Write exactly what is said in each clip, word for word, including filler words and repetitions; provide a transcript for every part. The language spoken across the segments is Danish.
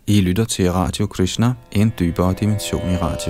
I lytter til Radio Krishna, en dybere dimension i radio.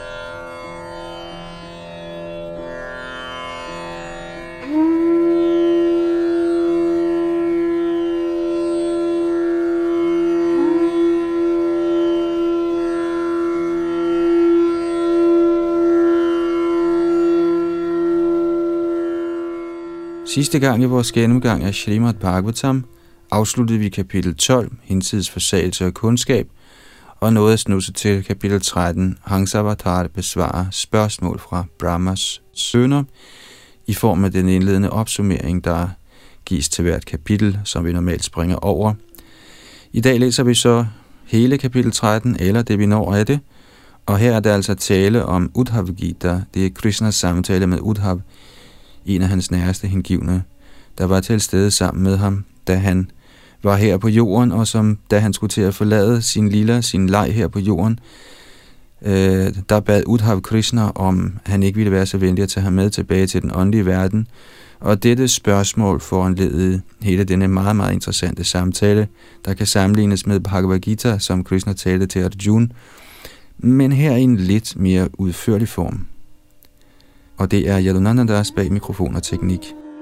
Sidste gang i vores gennemgang af Srimad Bhagavatam afsluttede vi kapitel tolv, hinsides forsagelse og kundskab, og nåede at snuse til kapitel tretten, Hansavatar besvarer spørgsmål fra Brahmas sønner, i form af den indledende opsummering, der gives til hvert kapitel, som vi normalt springer over. I dag læser vi så hele kapitel tretten, eller det vi når af det, og her er der altså tale om Uddhav Gita. Det er Krishnas samtale med Uddhav, en af hans nærmeste hengivne, der var til stede sammen med ham, da han var her på jorden, og som da han skulle til at forlade sin lille, sin leg her på jorden, øh, der bad Uddhav Krishna, om han ikke ville være så venlig at tage ham med tilbage til den åndelige verden. Og dette spørgsmål foranledede hele denne meget, meget interessante samtale, der kan sammenlignes med Bhagavad Gita, som Krishna talte til Arjuna, men her i en lidt mere udførlig form. Og det er Yadunandandas bag mikrofon og teknik.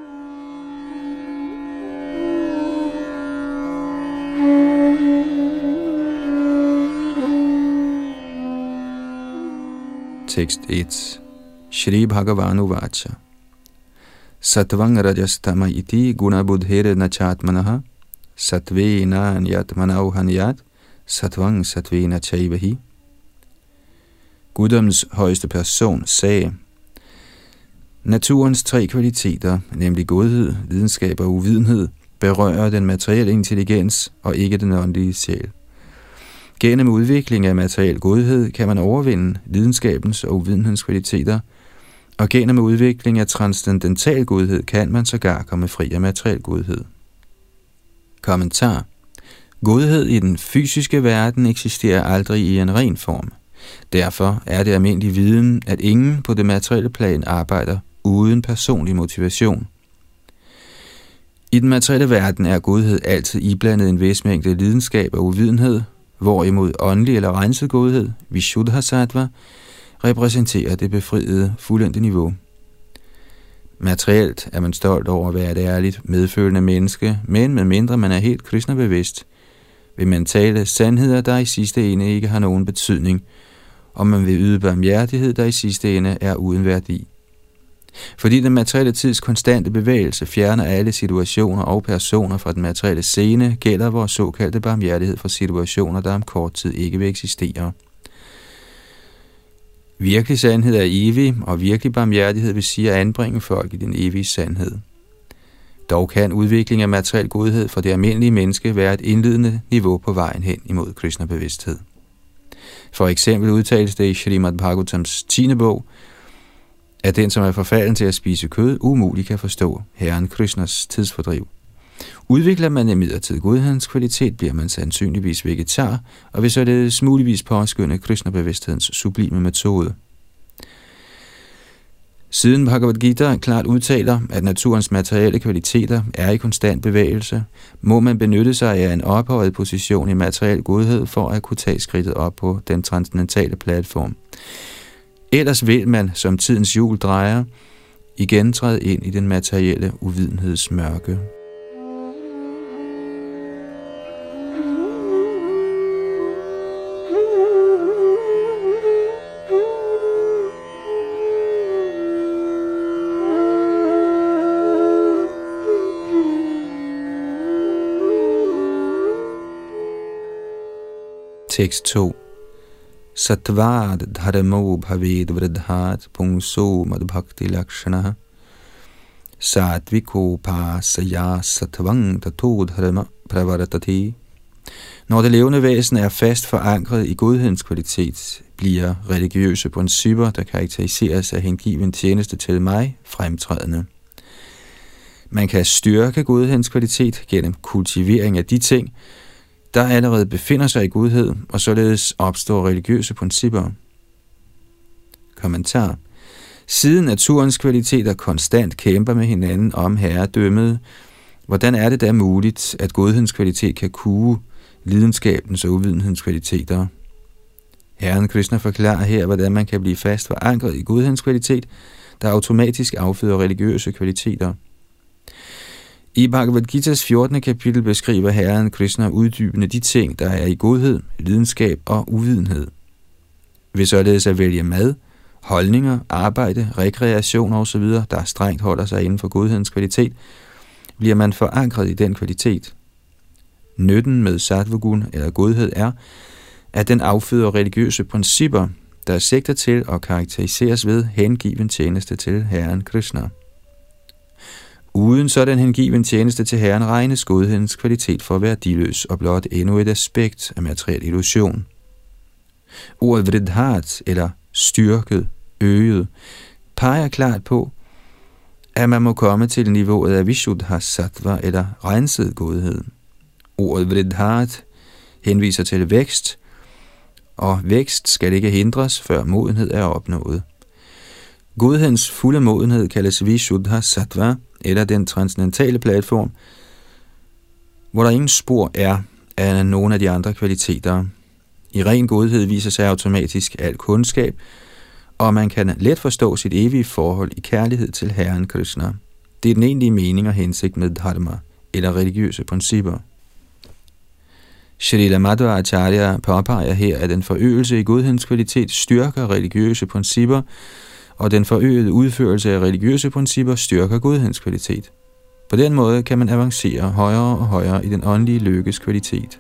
Tekst et. Shri Bhagavanu Vacha. Satvang rajastama iti gunabudhere nachatmanaha satvena nyatmanau hanyat satvang satvena chaivahi. Guddoms højeste person sagde: naturens tre kvaliteter, nemlig godhed, videnskab og uvidenhed, berører den materielle intelligens og ikke den åndelige sjæl. Gennem udvikling af materiel godhed kan man overvinde videnskabens og uvidenhedens kvaliteter, og gennem udvikling af transcendental godhed kan man sågar komme fri af materiel godhed. Kommentar. Godhed i den fysiske verden eksisterer aldrig i en ren form. Derfor er det almindelig viden, at ingen på det materielle plan arbejder uden personlig motivation. I den materielle verden er godhed altid iblandet en vis mængde lidenskab og uvidenhed, hvorimod åndelig eller renset godhed, Vishuddha Sattva, repræsenterer det befriede, fuldendte niveau. Materielt er man stolt over at være et ærligt, medfølende menneske, men med mindre man er helt Krishna-bevidst, vil man tale sandheder, der i sidste ende ikke har nogen betydning, og man vil yde barmhjertighed, der i sidste ende er uden værdi. Fordi den materielle tids konstante bevægelse fjerner alle situationer og personer fra den materielle scene, gælder vores såkaldte barmhjertighed for situationer, der om kort tid ikke vil eksistere. Virkelig sandhed er evig, og virkelig barmhjertighed vil sige at anbringe folk i den evige sandhed. Dog kan udvikling af materiel godhed for det almindelige menneske være et indledende niveau på vejen hen imod Krishna-bevidsthed. For eksempel udtales det i Srimad Bhagavatams tiende bog, at den, som er forfalden til at spise kød, umuligt kan forstå Herren Krishnas tidsfordriv. Udvikler man imidlertid godhedens kvalitet, bliver man sandsynligvis vegetar, og vil således muligvis påskynde Krishna-bevidsthedens sublime metode. Siden Bhagavad Gita klart udtaler, at naturens materielle kvaliteter er i konstant bevægelse, må man benytte sig af en ophøjet position i materiel godhed for at kunne tage skridtet op på den transcendentale platform. Ellers vil man, som tidens hjul drejer, igen træde ind i den materielle uvidenhedsmørke. Tekst to. Sattvad dharmo bhaved vridhat pungso madbhakti lakshana satviko pasaya sattvang tato dharma pravartati. Når det levende væsen er fast forankret i godhedens kvalitet, bliver religiøse principper, der karakteriseres af hengiven tjeneste til mig, fremtrædende. Man kan styrke godhedens kvalitet gennem kultivering af de ting, der allerede befinder sig i godhed, og således opstår religiøse principper. Kommentar. Siden naturens kvaliteter konstant kæmper med hinanden om herredømmet, hvordan er det da muligt, at godhedens kvalitet kan kue lidenskabens og uvidenhedens kvaliteter. Herren Krishna forklarer her, hvordan man kan blive fast forankret i godhedens kvalitet, der automatisk afføder religiøse kvaliteter. I Bhagavad Gita's fjortende kapitel beskriver Herren Krishna uddybende de ting, der er i godhed, lidenskab og uvidenhed. Ved således at vælge mad, holdninger, arbejde, rekreation osv., der strengt holder sig inden for godhedens kvalitet, bliver man forankret i den kvalitet. Nytten med sattvagun eller godhed er, at den afføder religiøse principper, der sigter til og karakteriseres ved hengiven tjeneste til Herren Krishna. Uden sådan hengiven tjeneste til Herren regnes godhedens kvalitet for værdiløs og blot endnu et aspekt af materiel illusion. Ordet vridhat, eller styrket, øget, peger klart på, at man må komme til niveauet af vishuddha sattva, eller renset godhed. Ordet vridhat henviser til vækst, og vækst skal ikke hindres, før modenhed er opnået. Godhedens fulde modenhed kaldes vishuddha sattva, eller den transcendentale platform, hvor der ingen spor er af nogle af de andre kvaliteter. I ren godhed viser sig automatisk al kundskab, og man kan let forstå sit evige forhold i kærlighed til Herren Krishna. Det er den egentlige mening og hensigt med dharma, eller religiøse principper. Shrila Madhvacharya påpeger her, at den forøgelse i godhedens kvalitet styrker religiøse principper, og den forøgede udførelse af religiøse principper styrker godhedens kvalitet. På den måde kan man avancere højere og højere i den åndelige lykkes kvalitet.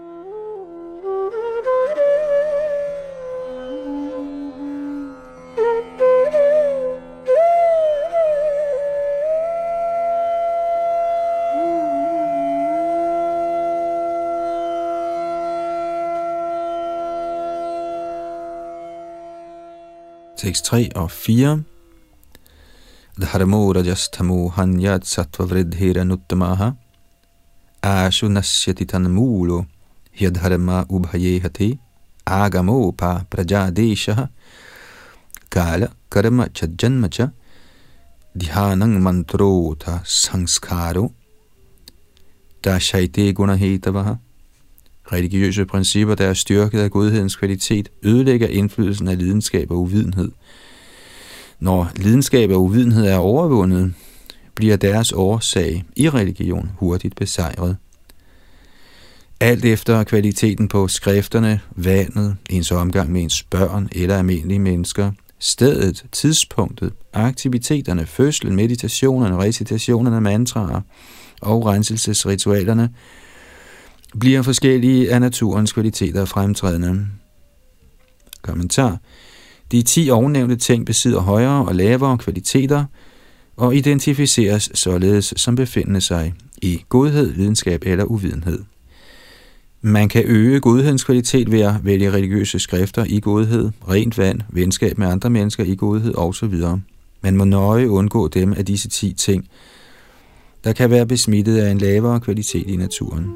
Tekst tre og fire. Dharmo rajastamo hanyat sattva vridhira nuttamaha ashu nasyati tanmulo yadharma ubhayehati agamo pa prajadeshaha kala karma cha janma cha dhyanang mantro ta sanskaro dashaite gunahitavaha. Religiøse principper, der er styrket af godhedens kvalitet, ødelægger indflydelsen af lidenskab og uvidenhed. Når lidenskab og uvidenhed er overvundet, bliver deres årsag i religion hurtigt besejret. Alt efter kvaliteten på skrifterne, vandet, ens omgang med ens børn eller almindelige mennesker, stedet, tidspunktet, aktiviteterne, fødslen, meditationerne, recitationerne, mantraer og renselsesritualerne, bliver forskellige af naturens kvaliteter fremtrædende. Kommentar. De ti ovennævnte ting besidder højere og lavere kvaliteter og identificeres således som befindende sig i godhed, videnskab eller uvidenhed. Man kan øge godhedens kvalitet ved at vælge religiøse skrifter i godhed, rent vand, venskab med andre mennesker i godhed osv. Man må nøje undgå dem af disse ti ting, der kan være besmittet af en lavere kvalitet i naturen.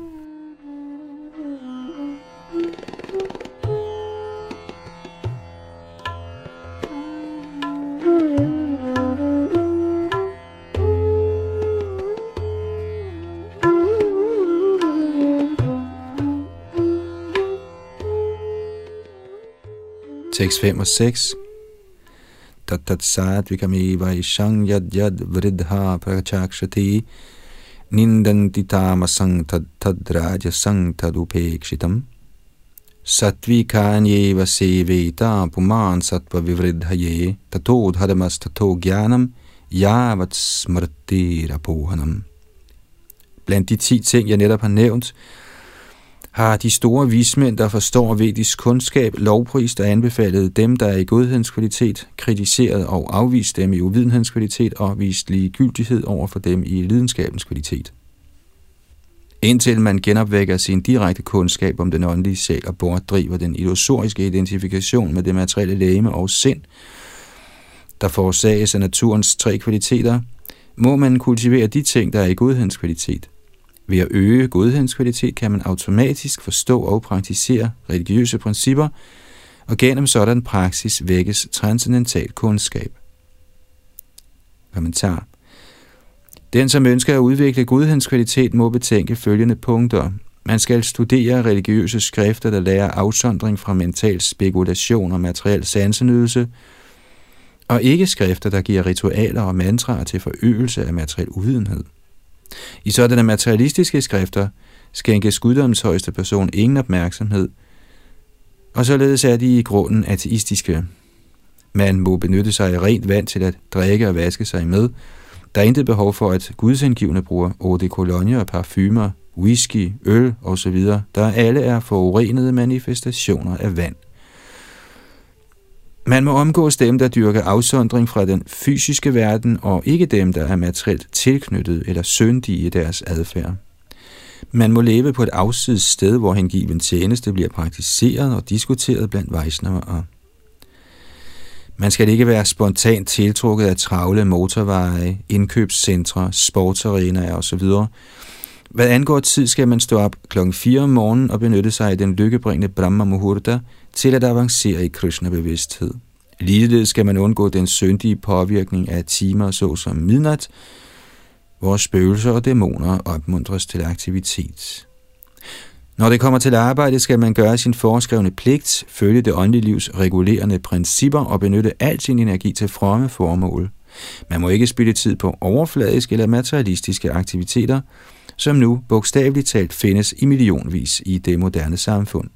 Tekst fem og seks. Tatat satvikame vaishang yad yad vridha prachakshati nindanti tamasang tad tad rajasang tad upekshitam satvikanye vaseveta puman satva vivridhaye tato dhadamas tato gyanam yavat smrti rapohanam. Blandt de ti ting, jeg netop har nævnt, har de store vismænd, der forstår vedisk kundskab, lovprist og anbefalet dem, der er i godhedens kvalitet, kritiseret og afvist dem i uvidenhedens kvalitet og vist ligegyldighed over for dem i lidenskabens kvalitet. Indtil man genopvækker sin direkte kundskab om den åndelige sjæl og bortdriver den illusoriske identifikation med det materielle legeme og sind, der forårsages af naturens tre kvaliteter, må man kultivere de ting, der er i godhedens kvalitet. Ved at øge godhedens kvalitet kan man automatisk forstå og praktisere religiøse principper, og gennem sådan praksis vækkes transcendental kundskab. Kommentar. Den, som ønsker at udvikle godhedens kvalitet, må betænke følgende punkter. Man skal studere religiøse skrifter, der lærer afsondring fra mental spekulation og materiel sansenydelse, og ikke skrifter, der giver ritualer og mantraer til forøgelse af materiel uvidenhed. I sådanne materialistiske skrifter skænkes guddommens højeste person ingen opmærksomhed, og således er de i grunden ateistiske. Man må benytte sig af rent vand til at drikke og vaske sig med. Der er intet behov for, at gudsindgivne bruger eau de cologne og parfumer, whisky, øl osv., der alle er forurenede manifestationer af vand. Man må omgås dem, der dyrker afsondring fra den fysiske verden, og ikke dem, der er materielt tilknyttet eller syndige i deres adfærd. Man må leve på et afsides sted, hvor hengiven tjeneste bliver praktiseret og diskuteret blandt Vaishnavaer. Man skal ikke være spontant tiltrukket af travle motorveje, indkøbscentre, sportsarenaer osv. Hvad angår tid, skal man stå op klokken fire om morgenen og benytte sig af den lykkebringende Brahma Muhurta til at avancere i Krishna-bevidsthed. Ligeledes skal man undgå den syndige påvirkning af timer såsom midnat, hvor spøgelser og dæmoner opmuntres til aktivitet. Når det kommer til arbejde, skal man gøre sin foreskrevne pligt, følge det åndelige livs regulerende principper og benytte al sin energi til fromme formål. Man må ikke spilde tid på overfladiske eller materialistiske aktiviteter, som nu bogstaveligt talt findes i millionvis i det moderne samfund.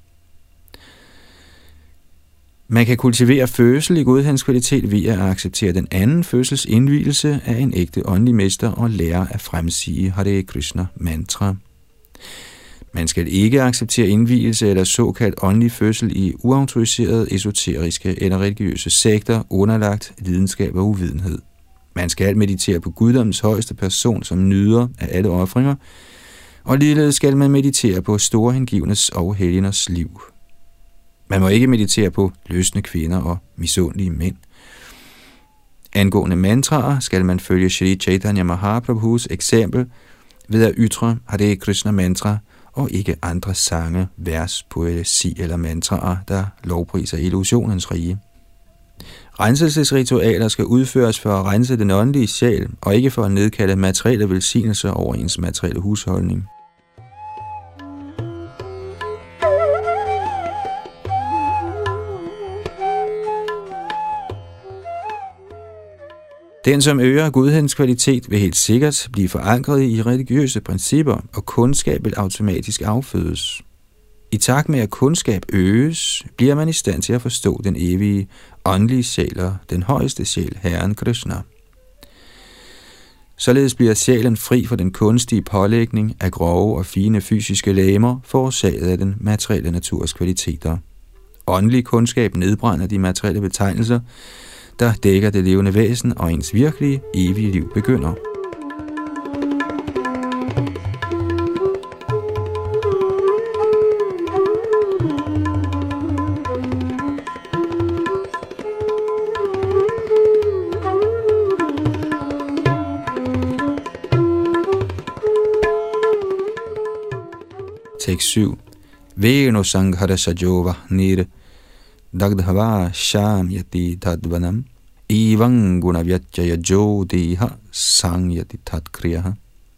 Man kan kultivere fødsel i godhedskvalitet ved at acceptere den anden fødsels indvielse af en ægte åndelig mester og lære at fremsige Hare Krishna mantra. Man skal ikke acceptere indvielse eller såkaldt åndelig fødsel i uautoriserede, esoteriske eller religiøse sekter underlagt lidenskab og uvidenhed. Man skal meditere på guddommens højeste person, som nyder af alle ofringer, og ligeledes skal man meditere på store hengivnes og helgeners liv. Man må ikke meditere på løsne kvinder og misundelige mænd. Angående mantraer skal man følge Shri Chaitanya Mahaprabhus eksempel ved at ytre Hare Krishna mantra og ikke andre sange, vers, poesi eller mantraer, der lovpriser illusionens rige. Renselsesritualer skal udføres for at rense den åndelige sjæl, og ikke for at nedkalde materielle velsignelser over ens materielle husholdning. Den, som øger gudhedens kvalitet, vil helt sikkert blive forankret i religiøse principper, og kundskab vil automatisk affødes. I takt med at kundskab øges, bliver man i stand til at forstå den evige, åndelige sjæl og den højeste sjæl, Herren Krishna. Således bliver sjælen fri for den kunstige pålægning af grove og fine fysiske legemer, forårsaget af den materielle naturs kvaliteter. Åndelig kundskab nedbrænder de materielle betegnelser, der dækker det levende væsen, og ens virkelige, evige liv begynder. Tekst syv. Veno sanghara sajova nir dagdhava sham yati tadvanam ivang gunavyatjaya jodiha sang yati tatkriyaha.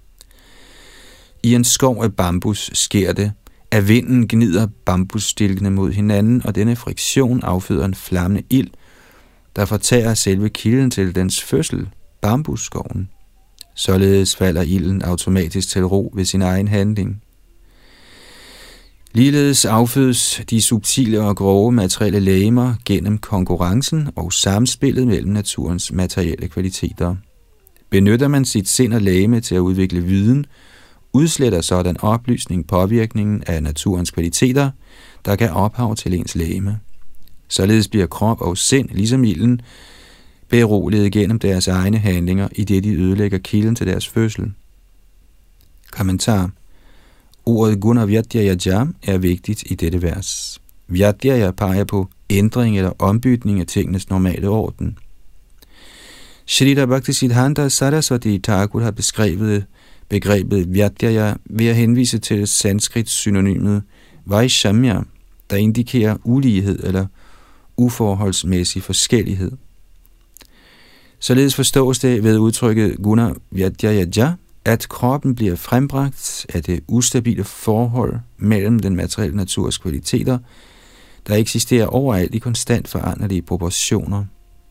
I en skov af bambus sker det, at vinden gnider bambusstilkene mod hinanden, og denne friktion afføder en flammende ild, der fortærer selve kilden til dens fødsel, bambusskoven. Således falder ilden automatisk til ro ved sin egen handling. Ligeledes affødes de subtile og grove materielle legemer gennem konkurrencen og samspillet mellem naturens materielle kvaliteter. Benytter man sit sind og legeme til at udvikle viden, udsletter sådan oplysning påvirkningen af naturens kvaliteter, der gav ophav til ens legeme. Således bliver krop og sind, ligesom ilden, beroliget gennem deres egne handlinger, i det de ødelægger kilden til deres fødsel. Kommentar. Ordet Gunavyatjaya er vigtigt i dette vers. Vyatjaya peger på ændring eller ombytning af tingenes normale orden. Shrita Bhaktisiddhanta Saraswati Thakur har beskrevet begrebet Vyatjaya ved at henvise til sanskrit-synonymet Vaishamya, der indikerer ulighed eller uforholdsmæssig forskellighed. Således forstås det ved udtrykket Gunavyatjaya, at kroppen bliver frembragt af det ustabile forhold mellem den materielle naturs kvaliteter, der eksisterer overalt i konstant foranderlige proportioner.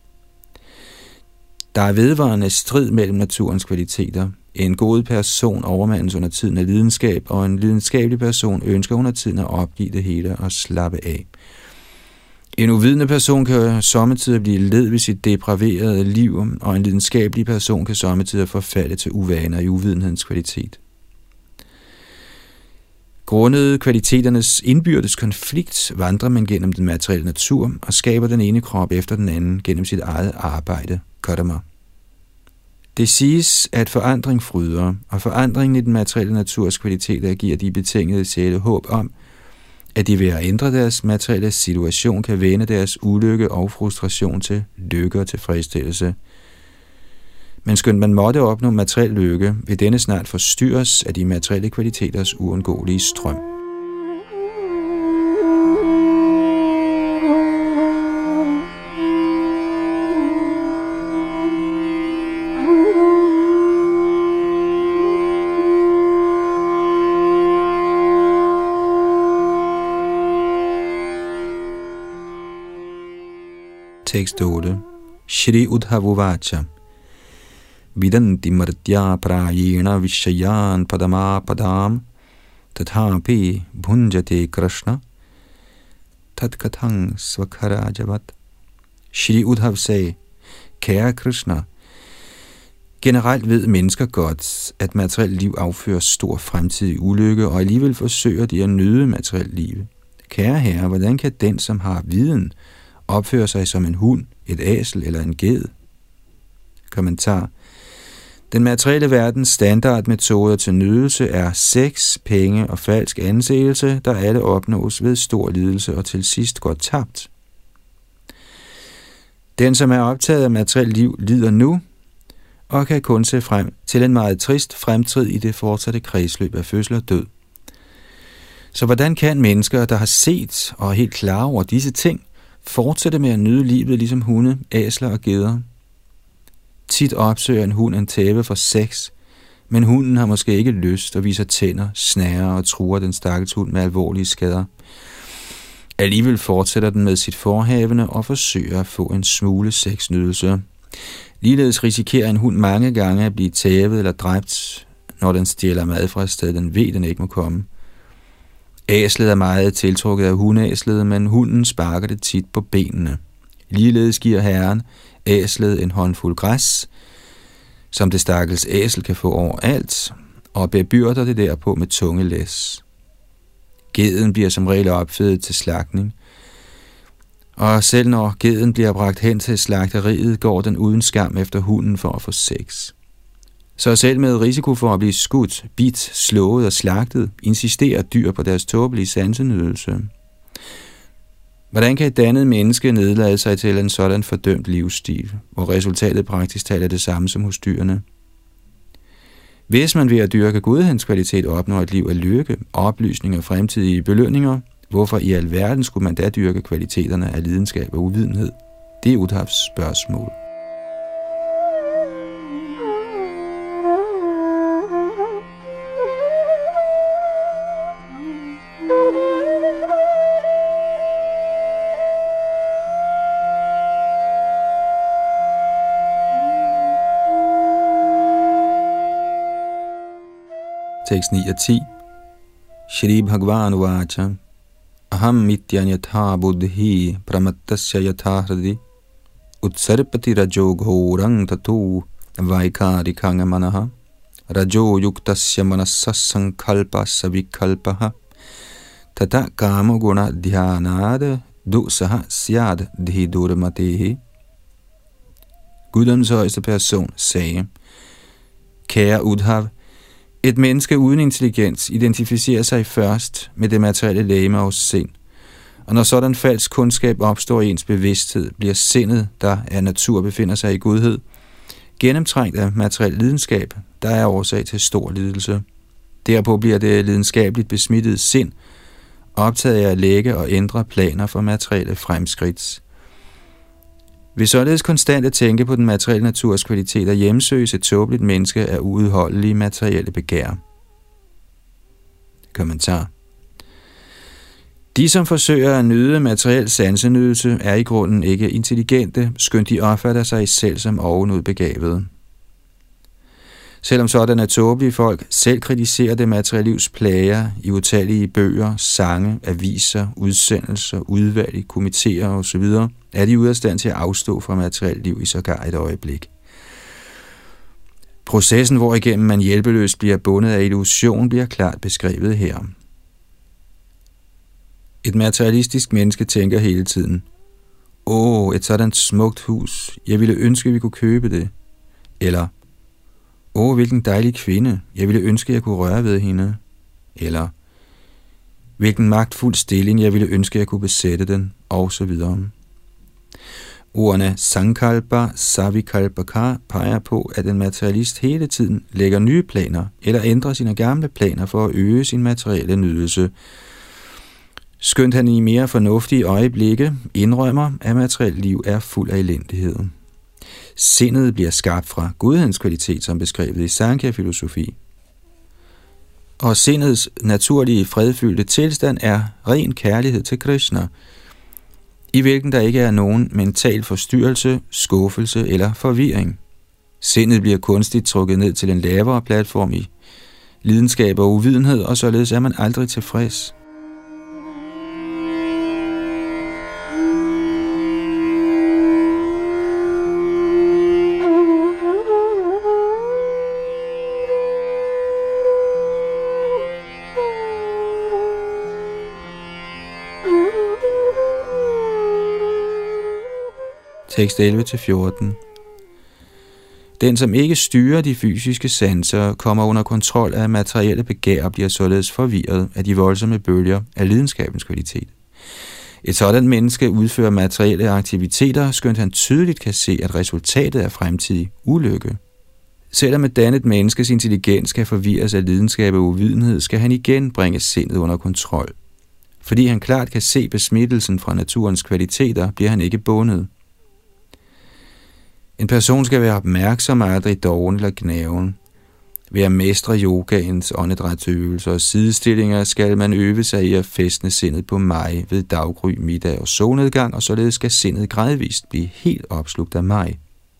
Der er vedvarende strid mellem naturens kvaliteter. En god person overmandes under tiden af lidenskab, og en lidenskabelig person ønsker under tiden at opgive det hele og slappe af. En uvidende person kan sommetider blive led ved sit depraverede liv, og en lidenskabelig person kan sommetider forfalde til uvaner i uvidenhedens kvalitet. Grundet kvaliteternes indbyrdes konflikt vandrer man gennem den materielle natur og skaber den ene krop efter den anden gennem sit eget arbejde, karma. Det siges, at forandring fryder, og forandringen i den materielle naturs kvaliteter giver de betingede sjæle håb om, at de ved at ændre deres materielle situation kan vende deres ulykke og frustration til lykke og tilfredsstillelse. Men skønt man måtte opnå materiel lykke, vil denne snart forstyrres af de materielle kvaliteters uundgåelige strøm. Tekst otte. Shri Udhavovacha. Vidanti martya prayena vishayan padama padam tathapi bhunjate krishna tatkathang svakharajavat. Shri Udhav sagde, kære Krishna, generelt ved mennesker godt, at materielt liv affører stor fremtidig ulykke, og alligevel forsøger de at nyde materielt liv. Kære herre, hvordan kan den, som har viden, opføre sig som en hund, et æsel eller en ged? Kommentar. Den materielle verdens standardmetoder til nydelse er sex, penge og falsk anseelse, der alle opnås ved stor lidelse og til sidst går tabt. Den, som er optaget af materielt liv, lider nu og kan kun se frem til en meget trist fremtid i det fortsatte kredsløb af fødsel og død. Så hvordan kan mennesker, der har set og er helt klar over disse ting, fortsætte med at nyde livet ligesom hunde, æsler og geder? Tit opsøger en hund en tæve for sex, men hunden har måske ikke lyst og viser tænder, snærer og truer den stakkels hund med alvorlige skader. Alligevel fortsætter den med sit forhavende og forsøger at få en smule sexnydelse. Ligeledes risikerer en hund mange gange at blive tævet eller dræbt, når den stjæler mad fra et sted, den ved, den ikke må komme. Æslet er meget tiltrukket af hundeæslet, men hunden sparker det tit på benene. Ligeledes giver herren æslet en håndfuld græs, som det stakkels æsel kan få overalt, og bebyrder det derpå med tunge læs. Geden bliver som regel opfedet til slagtning, og selv når geden bliver bragt hen til slagteriet, går den uden skam efter hunden for at få sex. Så selv med risiko for at blive skudt, bidt, slået og slagtet, insisterer dyr på deres tåbelige sansenydelse. Hvordan kan et dannet menneske nedlade sig til en sådan fordømt livsstil, hvor resultatet praktisk talt er det samme som hos dyrene? Hvis man ved at dyrke godhedskvalitet opnår et liv af lykke, oplysning og fremtidige belønninger, hvorfor i alverden skulle man da dyrke kvaliteterne af lidenskab og uvidenhed? Det er Udhavs spørgsmål. Tekst ni og ti. Shri Bhagavan Vacha. Aham mityan yatha buddhi pramattasya yatha hradi utsarpati rajo ghorang tatu vaikari kanga manaha rajo yuktasya manassa sankalpa savikalpaha tata kama guna dhyanad dusaha syad dhidurmatehi. Guddoms højeste person sagde, kære Udhav, et menneske uden intelligens identificerer sig først med det materielle legeme og sind, og når sådan falsk kundskab opstår i ens bevidsthed, bliver sindet, der af natur befinder sig i godhed, gennemtrængt af materiel lidenskab, der er årsag til stor lidelse. Derpå bliver det lidenskabeligt besmittede sind optaget af at lægge og ændre planer for materielle fremskridt. Ved således konstant at tænke på den materielle naturs kvaliteter hjemsøges et tåbeligt menneske af uudholdelige materielle begær. Kommentar. De, som forsøger at nyde materiel sansenydelse, er i grunden ikke intelligente, skønt de opfatter sig selv som ovenudbegavede. Selvom sådanne tåbelige folk selv kritiserer det materielle livs plager i utallige bøger, sange, aviser, udsendelser, udvalg, komiteer osv., er de ude af stand til at afstå fra materielt liv i sågar et øjeblik. Processen, hvorigennem man hjælpeløst bliver bundet af illusion, bliver klart beskrevet her. Et materialistisk menneske tænker hele tiden: åh, et sådan smukt hus, jeg ville ønske, vi kunne købe det. Eller: åh, hvilken dejlig kvinde, jeg ville ønske, jeg kunne røre ved hende. Eller: hvilken magtfuld stilling, jeg ville ønske, jeg kunne besætte den, og så videre. Ordene Sankalpa, Savikalpaka peger på, at en materialist hele tiden lægger nye planer eller ændrer sine gamle planer for at øge sin materielle nydelse. Skønt han i mere fornuftige øjeblikke indrømmer, at materielt liv er fuld af elendighed. Sindet bliver skabt fra godhedens kvalitet, som beskrevet i Sankhya-filosofi. Og sindets naturlige fredfyldte tilstand er ren kærlighed til Krishna, i hvilken der ikke er nogen mental forstyrrelse, skuffelse eller forvirring. Sindet bliver kunstigt trukket ned til en lavere platform i lidenskab og uvidenhed, og således er man aldrig tilfreds. Tekst elleve til fjorten. Den, som ikke styrer de fysiske sanser, kommer under kontrol af materielle begær og bliver således forvirret af de voldsomme bølger af lidenskabens kvalitet. Et sådan menneske udfører materielle aktiviteter, skønt han tydeligt kan se, at resultatet er fremtidig ulykke. Selvom et dannet menneskes intelligens kan forvirres af lidenskab og uvidenhed, skal han igen bringe sindet under kontrol. Fordi han klart kan se besmittelsen fra naturens kvaliteter, bliver han ikke bundet. En person skal være opmærksom og aldrig doven eller gnaven. Ved at mestre yogaens åndedrætsøvelser og sidestillinger skal man øve sig i at fæstne sindet på mig ved daggry, middag og solnedgang, og således skal sindet gradvist blive helt opslugt af mig.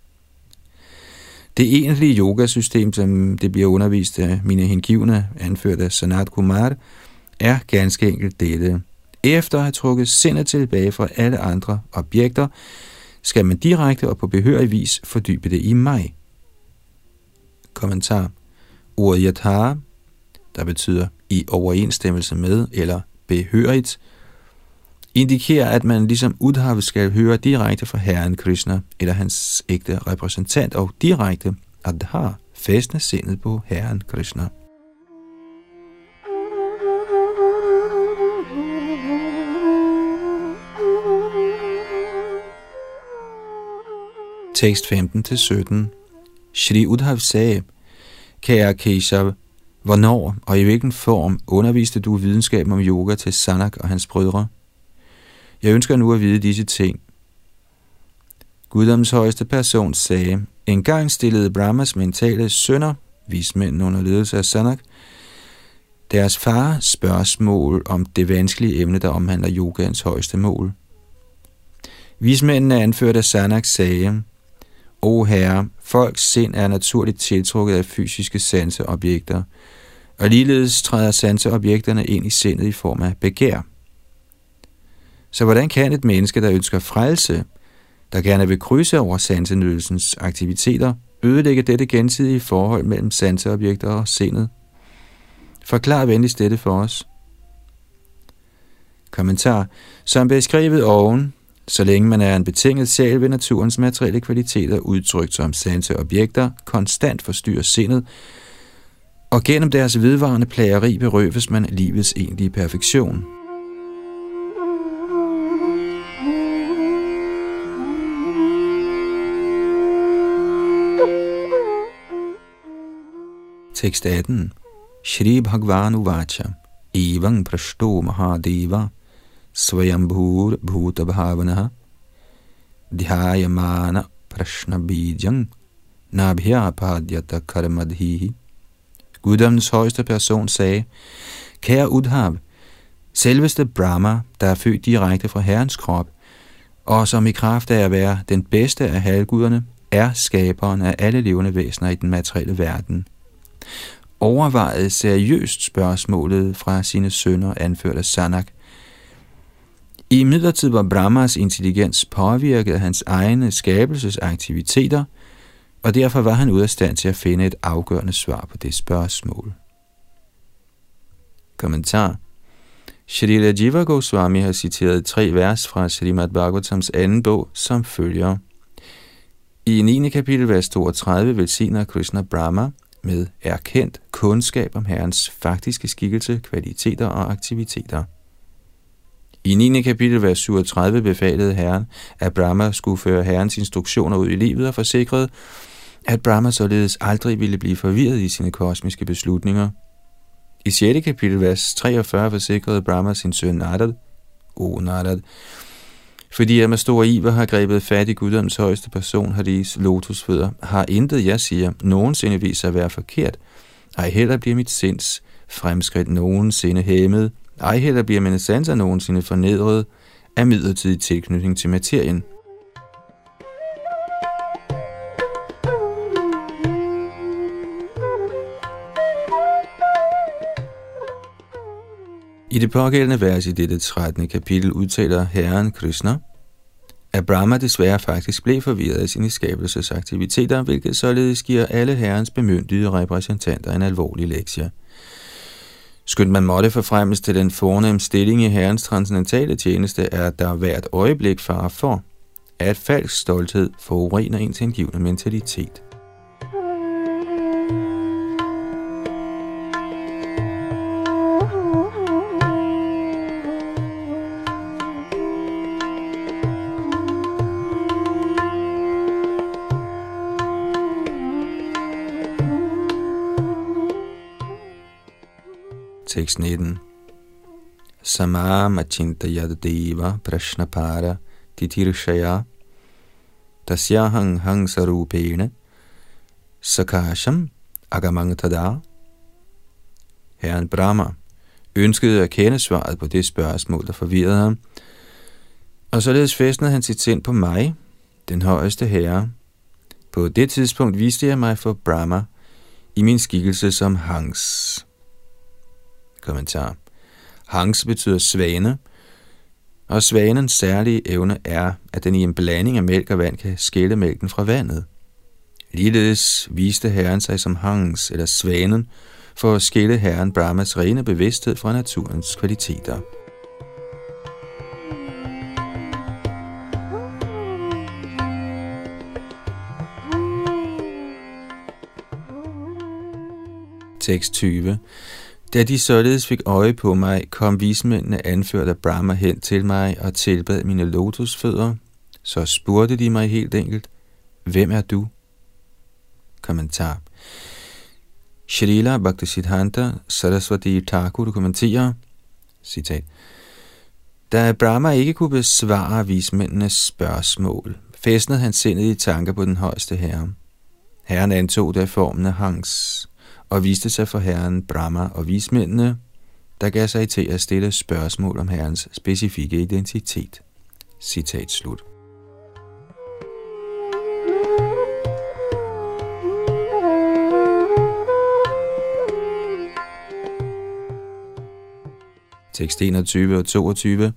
Det egentlige yogasystem, som det bliver undervist af mine hengivne, anført af Sanat Kumar, er ganske enkelt dette. Efter at have trukket sindet tilbage fra alle andre objekter, skal man direkte og på behørig vis fordybe det i mig. Kommentar. Ordet yatha, der betyder i overensstemmelse med eller behørigt, indikerer, at man ligesom Uddhava skal høre direkte fra Herren Krishna eller hans ægte repræsentant og direkte adha, fæstne sindet på Herren Krishna. Tekst femten til sytten. Shri Uddhav sagde: Kære Keshav, hvornår og i hvilken form underviste du videnskab om yoga til Sanak og hans brødre? Jeg ønsker nu at vide disse ting. Guddoms højeste person sagde: En gang stillede Brahmas mentale sønner, vismændene under ledelse af Sanak, deres far spørgsmål om det vanskelige emne, der omhandler yogaens højeste mål. Vismændene anført af Sanak sagde: O herre, folks sind er naturligt tiltrukket af fysiske sanseobjekter, og ligeledes træder sanseobjekterne ind i sindet i form af begær. Så hvordan kan et menneske, der ønsker frelse, der gerne vil krydse over sansenydelsens aktiviteter, ødelægge dette gensidige forhold mellem sanseobjekter og sindet? Forklar venligst dette for os. Kommentar. Som beskrevet oven, så længe man er en betinget sjæl, vil naturens materielle kvaliteter udtrykt som sanseobjekter konstant forstyrre sindet, og gennem deres vedvarende plageri berøves man livets egentlige perfektion. Tekst atten. Shri Bhagavan Uvacha Evang Prashto Mahadeva Svayambhur Bhuta Bhavanaha dhyayamana prashna bijang nabhyapadyata karmadhihi. Guddommens højeste person sagde: Kære Udhav, selveste Brahma, der er født direkte fra Herrens krop, og som i kraft af at være den bedste af halvguderne, er skaberen af alle levende væsener i den materielle verden, overvejede seriøst spørgsmålet fra sine sønner, anført af Sanak. I midlertid var Brahmas intelligens påvirket af hans egne skabelsesaktiviteter, og derfor var han ude af stand til at finde et afgørende svar på det spørgsmål. Kommentar. Shrila Jiva Goswami har citeret tre vers fra Srimad Bhagavatams anden bog, som følger. I niende kapitel, vers toogtredive, velsigner Krishna Brahma med erkendt kundskab om Herrens faktiske skikkelse, kvaliteter og aktiviteter. I niende kapitel, vers syvogtredive, befalede Herren, at Brahma skulle føre Herrens instruktioner ud i livet og forsikrede, at Brahma således aldrig ville blive forvirret i sine kosmiske beslutninger. I sjette kapitel, vers treogfyrre, forsikrede Brahma sin søn Narad, O Narad, fordi jeg med stor iver har grebet fat i Guddoms højeste person, Haris lotusfødder, har intet, jeg siger, nogensinde vist sig at være forkert. Ej heller bliver mit sinds fremskridt nogensinde hæmmet. Ej heller bliver mine sanser nogensinde fornedret af midlertidig tilknytning til materien. I det pågældende vers i dette trettende kapitel udtaler Herren Krishna, at Brahma desværre faktisk blev forvirret af sine skabelsesaktiviteter, hvilket således giver alle Herrens bemyndigede repræsentanter en alvorlig lektie. Skønt man måtte forfremmes til den fornemme stilling i Herrens transcendentale tjeneste, er der hvert øjeblik fare for, at falsk stolthed forurener ens hengivne mentalitet. Tekst nitten. Samama chintayad deva prashnapara titirshaya tasyahang hang sarupene sakasham agamang tada. Herren Brahma ønskede at kende svaret på det spørgsmål, der forvirrede ham, og således fæstnede han sit sind på mig, den højeste herre. På det tidspunkt viste jeg mig for Brahma i min skikkelse som Hangs. Kommentar. Hangs betyder svane, og svanens særlige evne er, at den i en blanding af mælk og vand kan skille mælken fra vandet. Ligeledes viste Herren sig som Hangs, eller svanen, for at skille Herren Brahmas rene bevidsthed fra naturens kvaliteter. Tekst tyve. Da de således fik øje på mig, kom vismændene anført af Brahma hen til mig og tilbad mine lotusfødder. Så spurgte de mig helt enkelt, hvem er du? Kommentar. Shrila Bhaktisiddhanta Saraswati Thakur kommenterer, citat, da Brahma ikke kunne besvare vismændenes spørgsmål, fæstnede han sindet i tanker på den højeste herre. Herren antog da formen af Hangs og viste sig for Herren Brahma og vismændene, der gav sig til at stille spørgsmål om Herrens specifikke identitet. Citat slut. Tekst enogtyve og toogtyve.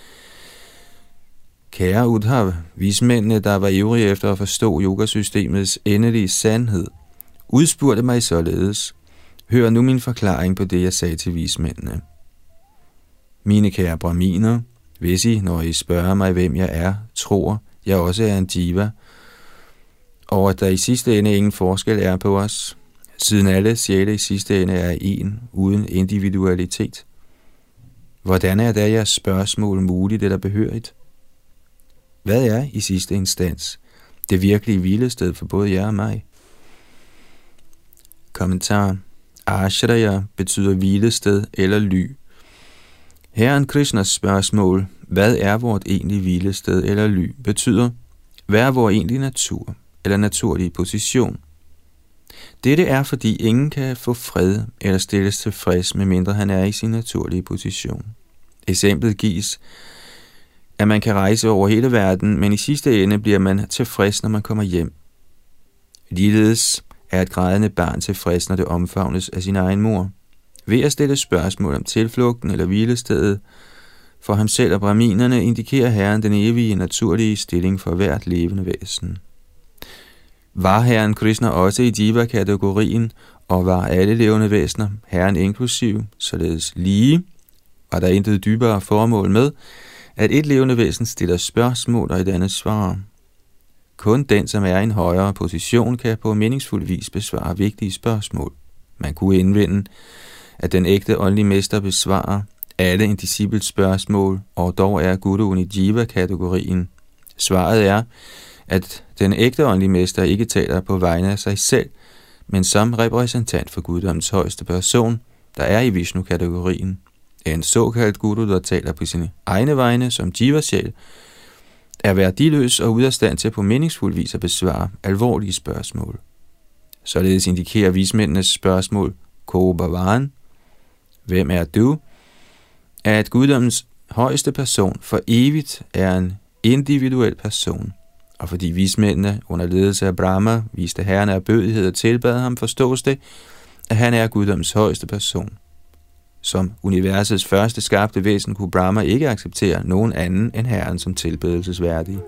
Kære Udhav, vismændene, der var ivrige efter at forstå yogasystemets endelige sandhed, udspurgte mig således, hør nu min forklaring på det, jeg sagde til vismændene. Mine kære brahminer, hvis I, når I spørger mig, hvem jeg er, tror, jeg også er en jiva, og at der i sidste ende ingen forskel er på os, siden alle sjæle i sidste ende er en, uden individualitet. Hvordan er da jeres spørgsmål muligt eller behørigt? Hvad er i sidste instans det virkelige hvilested for både jer og mig? Kommentar. Ashraya betyder hvilested eller ly. Herren Krishnas spørgsmål, hvad er vort egentlige hvilested eller ly, betyder, hvad er vores egentlige natur eller naturlige position? Dette er, fordi ingen kan få fred eller stilles tilfreds, medmindre han er i sin naturlige position. Eksemplet gives, at man kan rejse over hele verden, men i sidste ende bliver man tilfreds, når man kommer hjem. Ligeledes er et grædende barn tilfreds, når det omfavnes af sin egen mor. Ved at stille spørgsmål om tilflugten eller hvilestedet for ham selv og brahminerne, indikerer Herren den evige naturlige stilling for hvert levende væsen. Var Herren Krishna også i jiva-kategorien, og var alle levende væsener, Herren inklusiv, således lige, var der intet dybere formål med, at et levende væsen stiller spørgsmål og et andet svarer. Kun den, som er i en højere position, kan på meningsfuld vis besvare vigtige spørgsmål. Man kunne indvende, at den ægte åndelige mester besvarer alle en disciples spørgsmål, og dog er guruen i jiva-kategorien. Svaret er, at den ægte åndelige mester ikke taler på vegne af sig selv, men som repræsentant for guddommens højeste person, der er i Vishnu-kategorien. En såkaldt guru, der taler på sine egne vegne som jiva-sjæl, er værdiløs og ude af stand til på meningsfuld vis at besvare alvorlige spørgsmål. Således indikerer vismændenes spørgsmål, Ko Bhavan, hvem er du? At guddommens højeste person for evigt er en individuel person. Og fordi vismændene under ledelse af Brahma viste Herren af bødighed og tilbad ham, forstås det, at han er guddommens højeste person. Som universets første skabte væsen kunne Brahma ikke acceptere nogen anden end Herren som tilbedelsesværdig.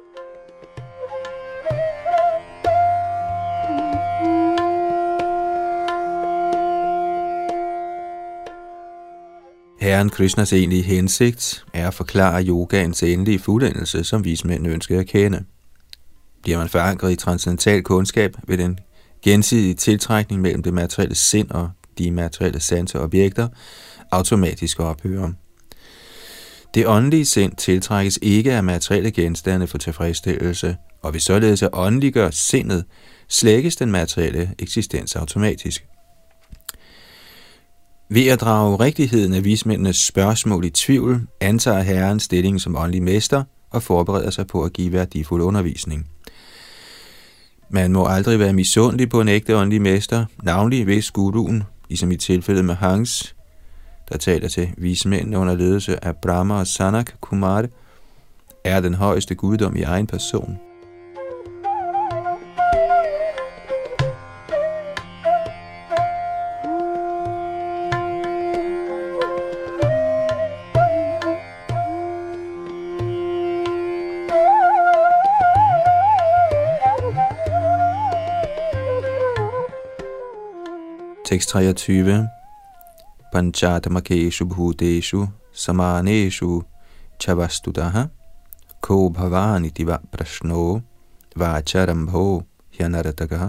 Herren Krishnas egentlige hensigt er at forklare yogaens endelige fuldendelse, som vismændene ønsker at kende. Bliver man forankret i transcendental kundskab, vil den gensidige tiltrækning mellem det materielle sind og de materielle sanse objekter automatisk ophøre. Det åndelige sind tiltrækkes ikke af materielle genstande for tilfredsstillelse, og hvis således at åndeliggøre sindet, slækkes den materielle eksistens automatisk. Ved at drage rigtigheden af vismændenes spørgsmål i tvivl, antager Herren stillingen som åndelig mester og forbereder sig på at give værdifuld undervisning. Man må aldrig være misundelig på en ægte åndelig mester, navnlig hvis guruen, ligesom i tilfældet med Hans, der taler til vismændene under ledelse af Brahma og Sanak Kumar, er den højeste guddom i egen person. Tekst treogtyve. Panchatamakeshu bhuteshu samaneshu chavastudaha ko bhavani diva prashno vacharambho hyanarataga.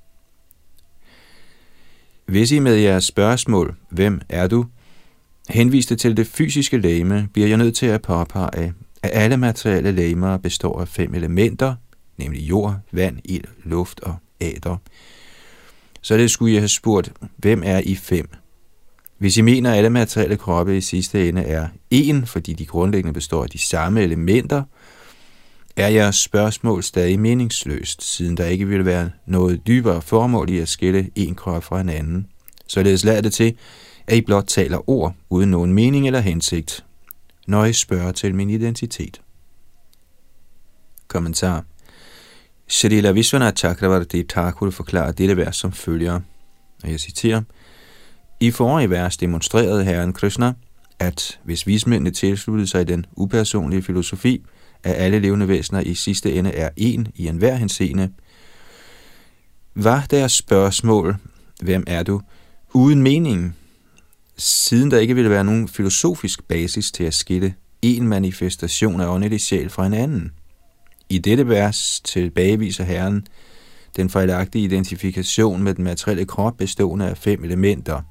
Hvis I med jeres spørgsmål, hvem er du, henviste til det fysiske legeme, bliver jeg nødt til at påpege, at alle materielle legemer består af fem elementer, nemlig jord, vand, ild, luft og æter. Så det skulle jeg have spurgt, hvem er I fem? Hvis I mener, at alle materielle kroppe i sidste ende er én, fordi de grundlæggende består af de samme elementer, er jeres spørgsmål stadig meningsløst, siden der ikke vil være noget dybere formål i at skille en krop fra en anden. Således lader det til, at I blot taler ord uden nogen mening eller hensigt, når I spørger til min identitet. Kommentar. Shrila Vishwanath Chakravarti Thakur forklarer dette vers som følger, og jeg citerer: I forrige vers demonstrerede Herren Krishna, at hvis vismændene tilsluttede sig den upersonlige filosofi, at alle levende væsener i sidste ende er én i enhver henseende, var deres spørgsmål, hvem er du, uden mening, siden der ikke ville være nogen filosofisk basis til at skille en manifestation af åndelig sjæl fra en anden. I dette vers tilbageviser Herren den fejlagtige identifikation med den materielle krop bestående af fem elementer.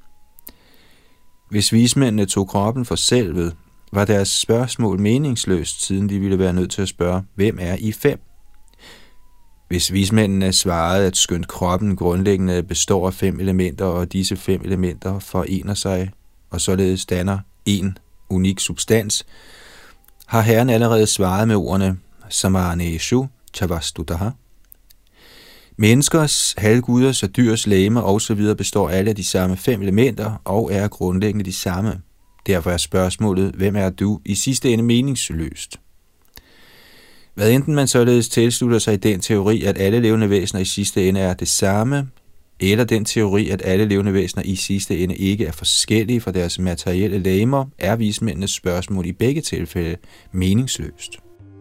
Hvis vismændene tog kroppen for selvet, var deres spørgsmål meningsløst, siden de ville være nødt til at spørge, hvem er I fem? Hvis vismændene svarede, at skønt kroppen grundlæggende består af fem elementer, og disse fem elementer forener sig, og således danner en unik substans, har Herren allerede svaret med ordene, samaneshu chavastutaha. Menneskers, halvguders og dyrs legemer osv. består alle af de samme fem elementer og er grundlæggende de samme. Derfor er spørgsmålet, hvem er du, i sidste ende meningsløst. Hvad enten man således tilslutter sig i den teori, at alle levende væsener i sidste ende er det samme, eller den teori, at alle levende væsener i sidste ende ikke er forskellige fra deres materielle legemer, er vismændenes spørgsmål i begge tilfælde meningsløst.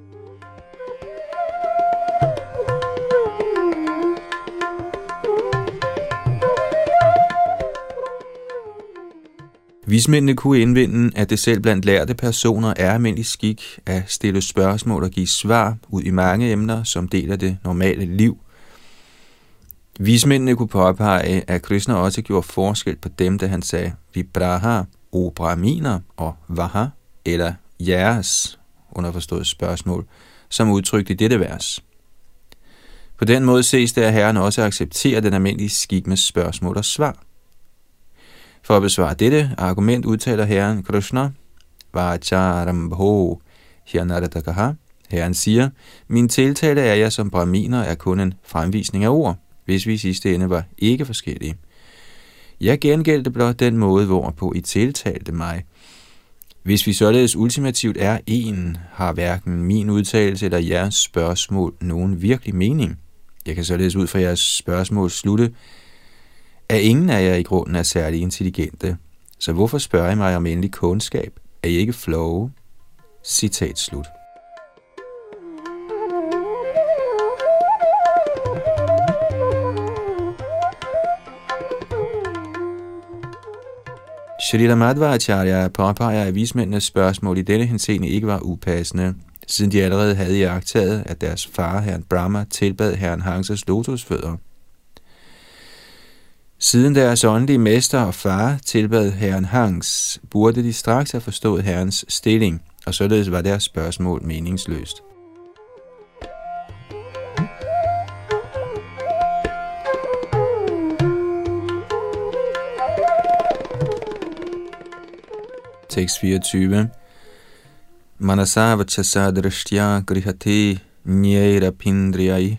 Vismændene kunne indvende, at det selv blandt lærte personer er almindelig skik at stille spørgsmål og give svar ud i mange emner, som deler det normale liv. Vismændene kunne påpege, at Krishna også gjorde forskel på dem, da han sagde Vibraha, o brahminer og Vaha, eller jeres, underforstået spørgsmål, som udtrykt i dette vers. På den måde ses det, at Herren også accepterer den almindelige skik med spørgsmål og svar. For at besvare dette argument udtaler Herren Krishna, Vacharambho Hyanardakaha. Herren siger, min tiltale er jeg som brahminer er kun en fremvisning af ord, hvis vi i sidste ende var ikke forskellige. Jeg gengældte blot den måde, hvorpå I tiltalte mig. Hvis vi således ultimativt er en, har hverken min udtalelse eller jeres spørgsmål nogen virkelig mening. Jeg kan således ud fra jeres spørgsmål slutte, at ingen af jer i grunden er særlig intelligente. Så hvorfor spørger I mig om endelig kundskab? Er I ikke flowe? Citat slut. Shrila Madhvacharya påpeger, at vismændenes spørgsmål i denne henseende ikke var upassende, siden de allerede havde iagttaget, at deres far, herren Brahma, tilbad herren Hangsas lotusfødder. Siden deres åndelige mester og far tilbad herren Hangs, burde de straks have forstået herrens stilling, og således var deres spørgsmål meningsløst. Tekst fireogtyve. Manasa vachasa drishtya grihati nyera pindriyai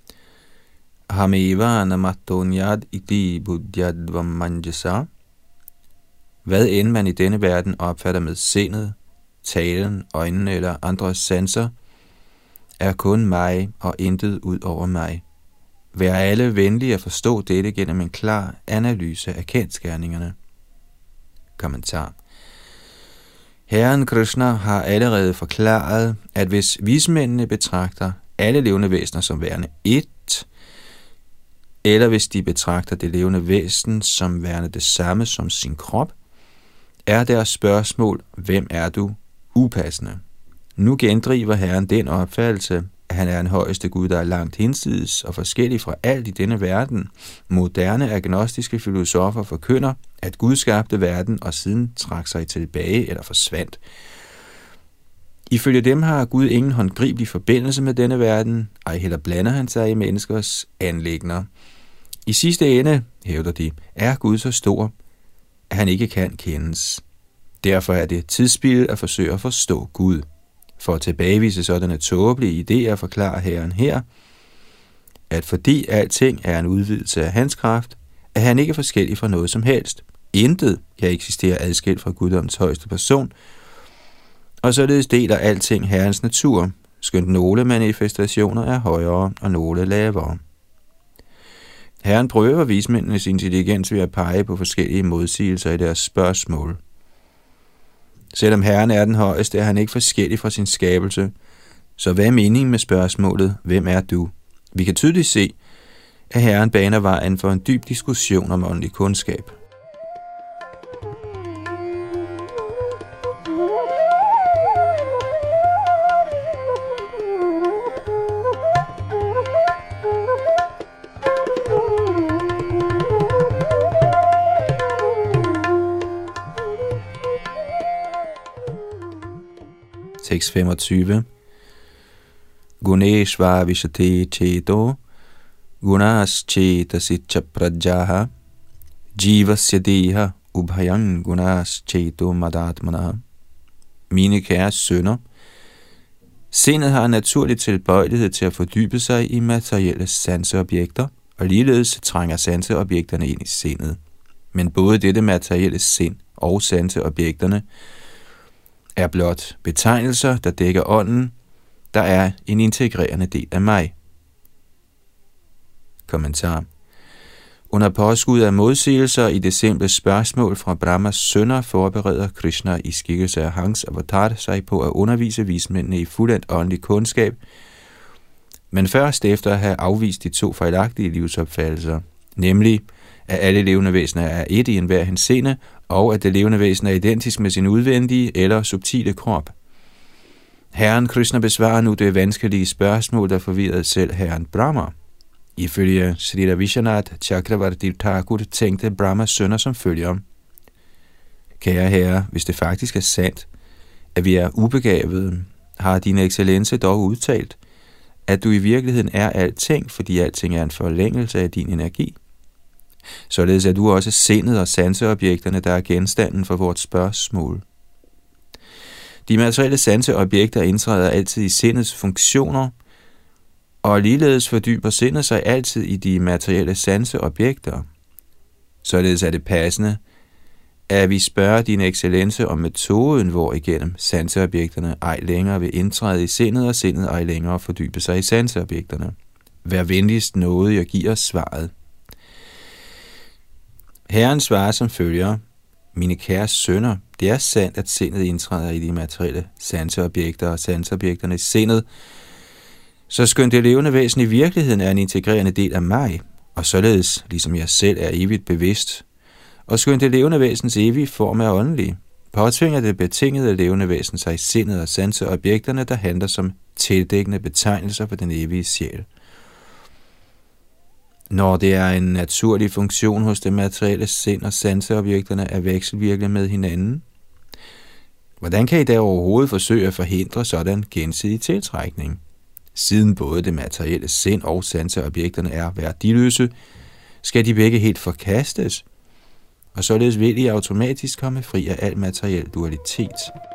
hameva namatonyad iti buddhyadvam manjasa. Hvad end man i denne verden opfatter med sindet, talen, øjnene eller andre sanser, er kun mig og intet ud over mig. Vær alle venlige at forstå dette gennem en klar analyse af kendsgerningerne. Kommentar. Herren Krishna har allerede forklaret, at hvis vismændene betragter alle levende væsener som værende ét, eller hvis de betragter det levende væsen som værende det samme som sin krop, er deres spørgsmål, hvem er du, upassende. Nu gendriver Herren den opfattelse, at han er en højeste Gud, der er langt hinsides og forskellig fra alt i denne verden. Moderne agnostiske filosofer forkynder, at Gud skabte verden og siden trak sig tilbage eller forsvandt. Ifølge dem har Gud ingen håndgribelig forbindelse med denne verden, ej heller blander han sig i menneskers anliggender. I sidste ende, hævder de, er Gud så stor, at han ikke kan kendes. Derfor er det tidsspilde at forsøge at forstå Gud. For at tilbagevise sådanne tåbelige idéer forklarer Herren her, at fordi alting er en udvidelse af hans kraft, er han ikke forskellig fra noget som helst. Intet kan eksistere adskilt fra Guddoms højeste person, og således deler alting Herrens natur, skønt nogle manifestationer er højere og nogle lavere. Herren prøver vismændenes intelligens ved at pege på forskellige modsigelser i deres spørgsmål. Selvom Herren er den højeste, er han ikke forskellig fra sin skabelse. Så hvad er meningen med spørgsmålet, hvem er du? Vi kan tydeligt se, at Herren baner vejen for en dyb diskussion om åndelig kundskab. Tekst femogtyve. Guneshva vishate cheto gunas chetasitcha prajaha jivasya deha ubhayang gunas cheto madatmana. Mine kære sønner, Sindet har en naturlig tilbøjelighed til at fordybe sig i materielle sanseobjekter, og ligeledes trænger sanseobjekterne ind i sindet. Men både dette materielle sind og sanseobjekterne er blot betegnelser, der dækker ånden, der er en integrerende del af mig. Kommentar. Under påskud af modsigelser i det simple spørgsmål fra Brahmas sønner forbereder Krishna i skikkelse af Hangs avatar sig på at undervise vismændene i fuldendt åndelig kundskab, men først efter at have afvist de to fejlagtige livsopfattelser, nemlig at alle levende væsener er et i enhver henseende, og at det levende væsen er identisk med sin udvendige eller subtile krop. Herren Krishna besvarer nu det vanskelige spørgsmål, der forvirrede selv herren Brahma. Ifølge Sri Ravishanath Chakravarti Thakur tænkte Brahmas sønner som følger: Kære herre, hvis det faktisk er sandt, at vi er ubegavede, har din excellence dog udtalt, at du i virkeligheden er alting, fordi alting er en forlængelse af din energi. Således er du også sindet og sanseobjekterne, der er genstanden for vores spørgsmål. De materielle sanseobjekter indtræder altid i sindets funktioner, og ligeledes fordyber sindet sig altid i de materielle sanseobjekter. Således er det passende, at vi spørger din excellence om metoden, hvor igennem sanseobjekterne ej længere vil indtræde i sindet, og sindet ej længere fordybe sig i sanseobjekterne. Vær venligst nådig og giv os svaret. Herren svarer som følger: Mine kære sønner, det er sandt, at sindet indtræder i de materielle sanseobjekter og sanseobjekterne i sindet, så skønt det levende væsen i virkeligheden er en integrerende del af mig, og således, ligesom jeg selv er evigt bevidst, og skønt det levende væsens evige form er åndelig, påtvinger det betingede levende væsen sig i sindet og sanseobjekterne, der handler som tildækkende betegnelser for den evige sjæl. Når det er en naturlig funktion hos det materielle sind og sanseobjekterne at vekselvirke med hinanden, hvordan kan I da overhovedet forsøge at forhindre sådan gensidig tiltrækning? Siden både det materielle sind og sanseobjekterne er værdiløse, skal de begge helt forkastes, og således vil I automatisk komme fri af al materiel dualitet.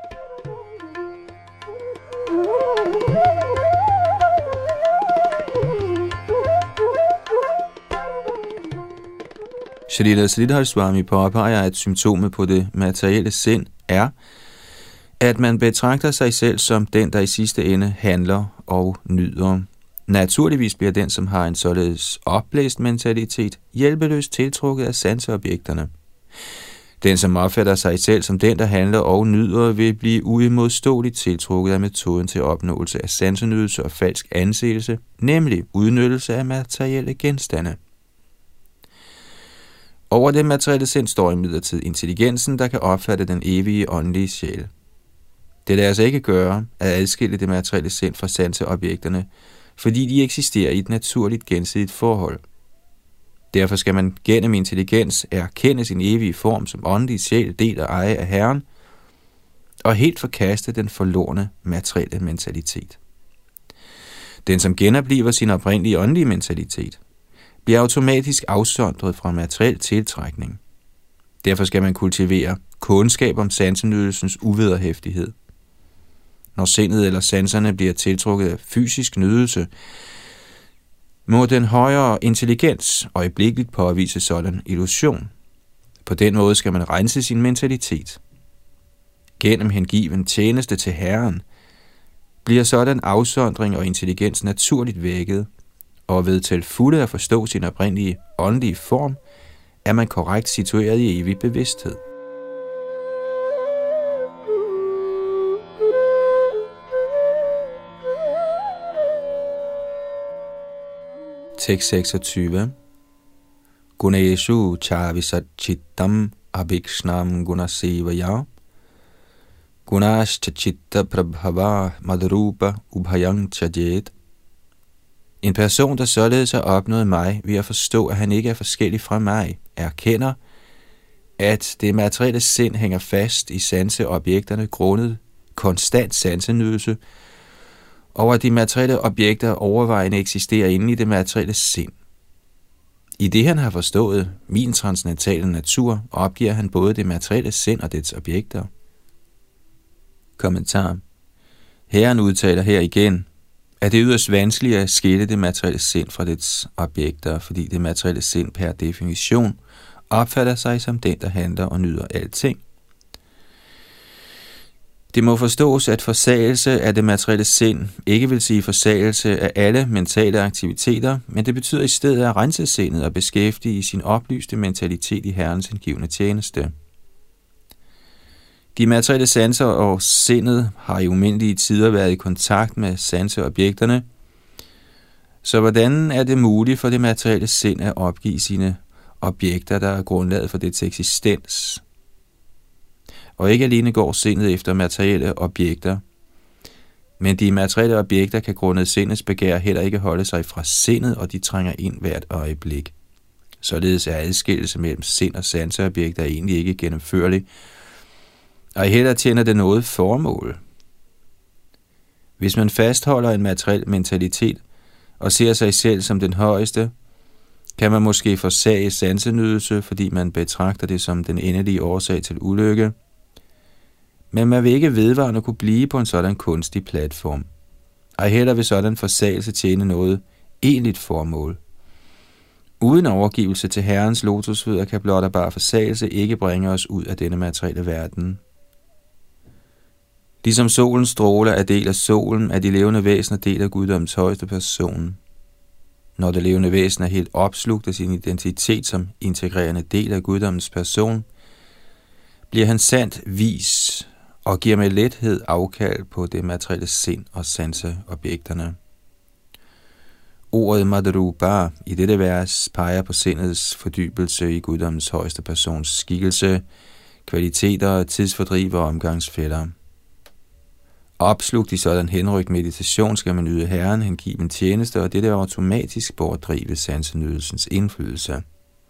Shrila Sridhar Swami påpeger, at symptomet på det materielle sind er, at man betragter sig selv som den, der i sidste ende handler og nyder. Naturligvis bliver den, som har en således opblæst mentalitet, hjælpeløst tiltrukket af sanseobjekterne. Den, som opfatter sig selv som den, der handler og nyder, vil blive uimodståeligt tiltrukket af metoden til opnåelse af sansenydelse og falsk anseelse, nemlig udnyttelse af materielle genstande. Over det materielle sind står imidlertid intelligensen, der kan opfatte den evige åndelige sjæl. Det lader sig ikke gøre at adskille det materielle sind fra sanseobjekterne, fordi de eksisterer i et naturligt gensidigt forhold. Derfor skal man gennem intelligens erkende sin evige form som åndelig sjæl, del og eje af Herren, og helt forkaste den forlorne materielle mentalitet. Den, som genopliver sin oprindelige åndelige mentalitet, bliver automatisk afsondret fra materiel tiltrækning. Derfor skal man kultivere kundskab om sansenydelsens uvederhæftighed. Når sindet eller sanserne bliver tiltrukket af fysisk nydelse, må den højere intelligens øjeblikkeligt påvise sådan illusion. På den måde skal man rense sin mentalitet. Gennem hengiven tjeneste til Herren bliver sådan afsondring og intelligens naturligt vækket, og ved til fulde at forstå sin oprindelige åndelige form, er man korrekt situeret i evig bevidsthed. Tekst seksogtyve. Guneshu chavisat chittam abhikshnam gunasevaya gunash chitta prabhava madrupa ubhayang chajet. En person, der således har opnået mig ved at forstå, at han ikke er forskellig fra mig, erkender, at det materielle sind hænger fast i sanseobjekterne grundet konstant sansenydelse, og at de materielle objekter overvejende eksisterer inde i det materielle sind. I det han har forstået min transcendentale natur, opgiver han både det materielle sind og dets objekter. Kommentar. Herren udtaler her igen, at det er yderst vanskeligt at skille det materielle sind fra dets objekter, fordi det materielle sind per definition opfatter sig som den, der handler og nyder alting. Det må forstås, at forsagelse af det materielle sind ikke vil sige forsagelse af alle mentale aktiviteter, men det betyder i stedet at rense sindet og beskæftige sin oplyste mentalitet i Herrens hengivne tjeneste. De materielle sanser og sindet har i umindelige tider været i kontakt med sanseobjekterne, så hvordan er det muligt for det materielle sind at opgive sine objekter, der er grundlaget for dets eksistens? Og ikke alene går sindet efter materielle objekter, men de materielle objekter kan grundet sindets begær heller ikke holde sig fra sindet, og de trænger ind hvert øjeblik. Således er adskillelse mellem sind og sanseobjekter egentlig ikke gennemførlig, og heller tjener det noget formål. Hvis man fastholder en materiel mentalitet og ser sig selv som den højeste, kan man måske forsage sansenydelse, fordi man betragter det som den endelige årsag til ulykke, men man vil ikke vedvarende kunne blive på en sådan kunstig platform, og heller vil sådan forsagelse tjene noget egentligt formål. Uden overgivelse til Herrens lotusfødder kan blot og bare forsagelse ikke bringe os ud af denne materielle verden. Ligesom solens stråler er del af solen, er de levende væsener del af guddommens højeste person. Når det levende væsen er helt opslugt af sin identitet som integrerende del af guddommens person, bliver han sandt vis og giver med lethed afkald på det materielle sind og sanseobjekterne. Ordet Madruba i dette vers peger på sindets fordybelse i guddommens højeste persons skikkelse, kvaliteter, tidsfordriv og omgangsfælder. Opslugt i sådan henrykt meditation skal man yde Herren hengiven tjeneste, og dette automatisk bortdrive sansenydelsens indflydelse.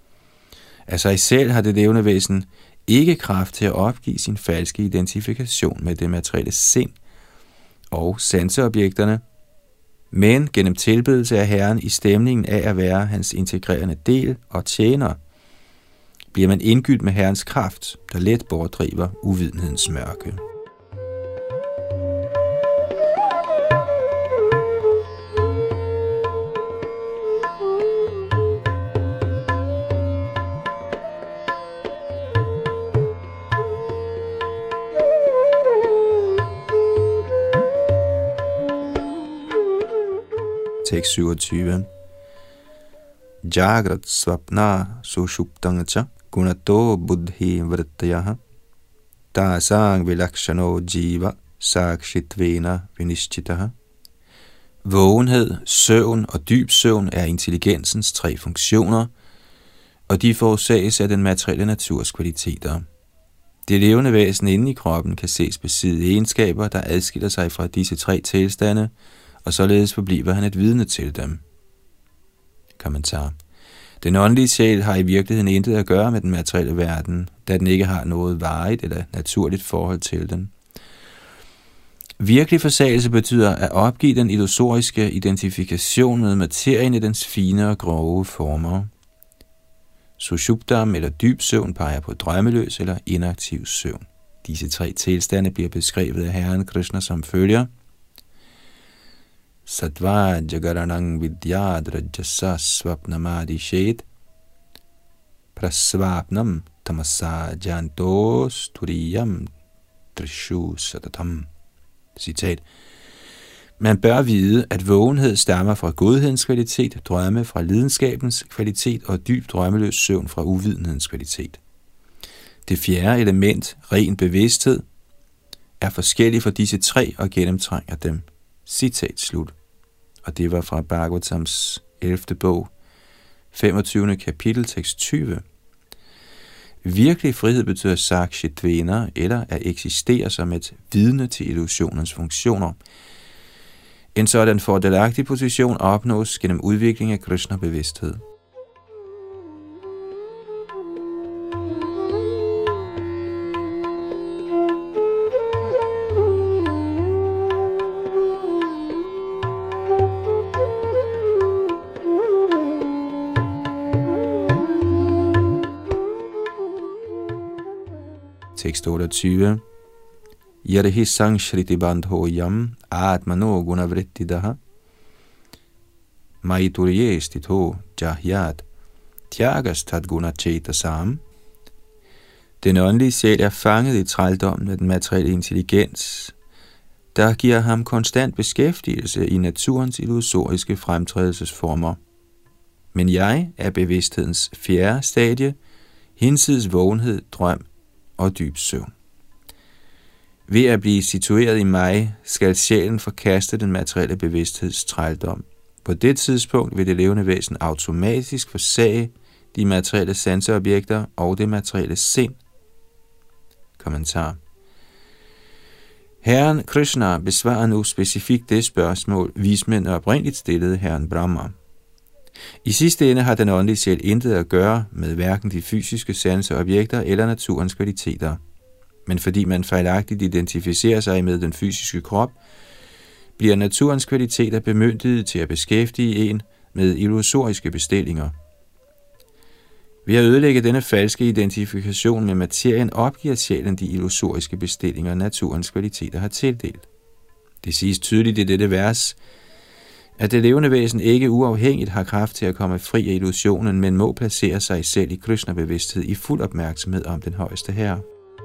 Af sig selv har det levende væsen ikke kraft til at opgive sin falske identifikation med det materielle sind og sanseobjekterne, men gennem tilbedelse af Herren i stemningen af at være hans integrerende del og tjener, bliver man indgydt med Herrens kraft, der let bortdriver uvidenhedens mørke. Tekst syvogtyve. Jagrat svapna sushuptang cha gunato buddhi vrittayaha tasang vilakshano jiva sakshitvena vinishchitaha. Vågenhed, søvn og dyb søvn er intelligensens tre funktioner, og de forårsages af den materielle naturs kvaliteter. Det levende væsen inde i kroppen kan ses besidde egenskaber, der adskiller sig fra disse tre tilstande, og således forbliver han et vidne til dem. Kommentar. Den åndelige sjæl har i virkeligheden intet at gøre med den materielle verden, da den ikke har noget varigt eller naturligt forhold til den. Virkelig forsagelse betyder at opgive den illusoriske identifikation med materien i dens fine og grove former. Sushuptam eller dyb søvn peger på drømmeløs eller inaktiv søvn. Disse tre tilstande bliver beskrevet af Herren Krishna som følger: Sattva jagaranang vidyad rajasa svapnamadi shet prasvapnam tamasa jantos turiyam trishu satatam. Citat. Man bør vide, at vågenhed stammer fra godhedens kvalitet, drømme fra lidenskabens kvalitet og dyb drømmeløs søvn fra uvidenhedens kvalitet. Det fjerde element, ren bevidsthed, er forskellig fra disse tre og gennemtrænger dem. Citat slut. Og det var fra Bhagavatams ellevte bog, femogtyvende kapitel, tekst tyve. Virkelig frihed betyder sakshitvena, eller at eksistere som et vidne til illusionens funktioner. En sådan fordelagtig position opnås gennem udvikling af Krishna-bevidsthed. Tekst otteogtyve. Yarihi sangshriti bandho yam atmano gunavrittidaha maituriyestito jahyat tyagas tadguna chetasam. Den åndelige sjæl er fanget i trældommen af den materielle intelligens, der giver ham konstant beskæftigelse i naturens illusoriske fremtrædelsesformer. Men jeg er bevidsthedens fjerde stadie, hinsides vågenhed, drøm og dyb søvn. Ved at blive situeret i mig, skal sjælen forkaste den materielle bevidstheds trældom. På det tidspunkt vil det levende væsen automatisk forsage de materielle sanseobjekter og det materielle sind. Kommentar. Herren Krishna besvarer nu specifikt det spørgsmål, vismændene oprindeligt stillede herren Brahma. I sidste ende har den åndelige sjæl intet at gøre med hverken de fysiske sanseobjekter eller naturens kvaliteter. Men fordi man fejlagtigt identificerer sig med den fysiske krop, bliver naturens kvaliteter bemyndiget til at beskæftige en med illusoriske bestillinger. Ved at ødelægge denne falske identifikation med materien, opgiver sjælen de illusoriske bestillinger, naturens kvaliteter har tildelt. Det siges tydeligt i dette vers, at det levende væsen ikke uafhængigt har kraft til at komme fri af illusionen, men må placere sig selv i Krishna-bevidsthed i fuld opmærksomhed om den højeste herre.